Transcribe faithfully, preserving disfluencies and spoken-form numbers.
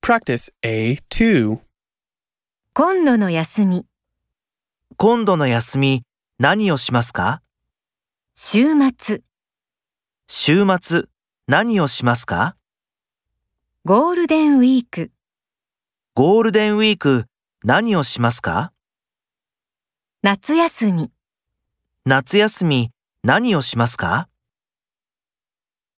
Practiceエーツー. 今度の休み、 今度の休み、何をしますか？ 週末、 週末、何をしますか？ ゴールデンウィーク、 ゴールデンウィーク、何をしますか？ 夏休み。 夏休み、何をしますか？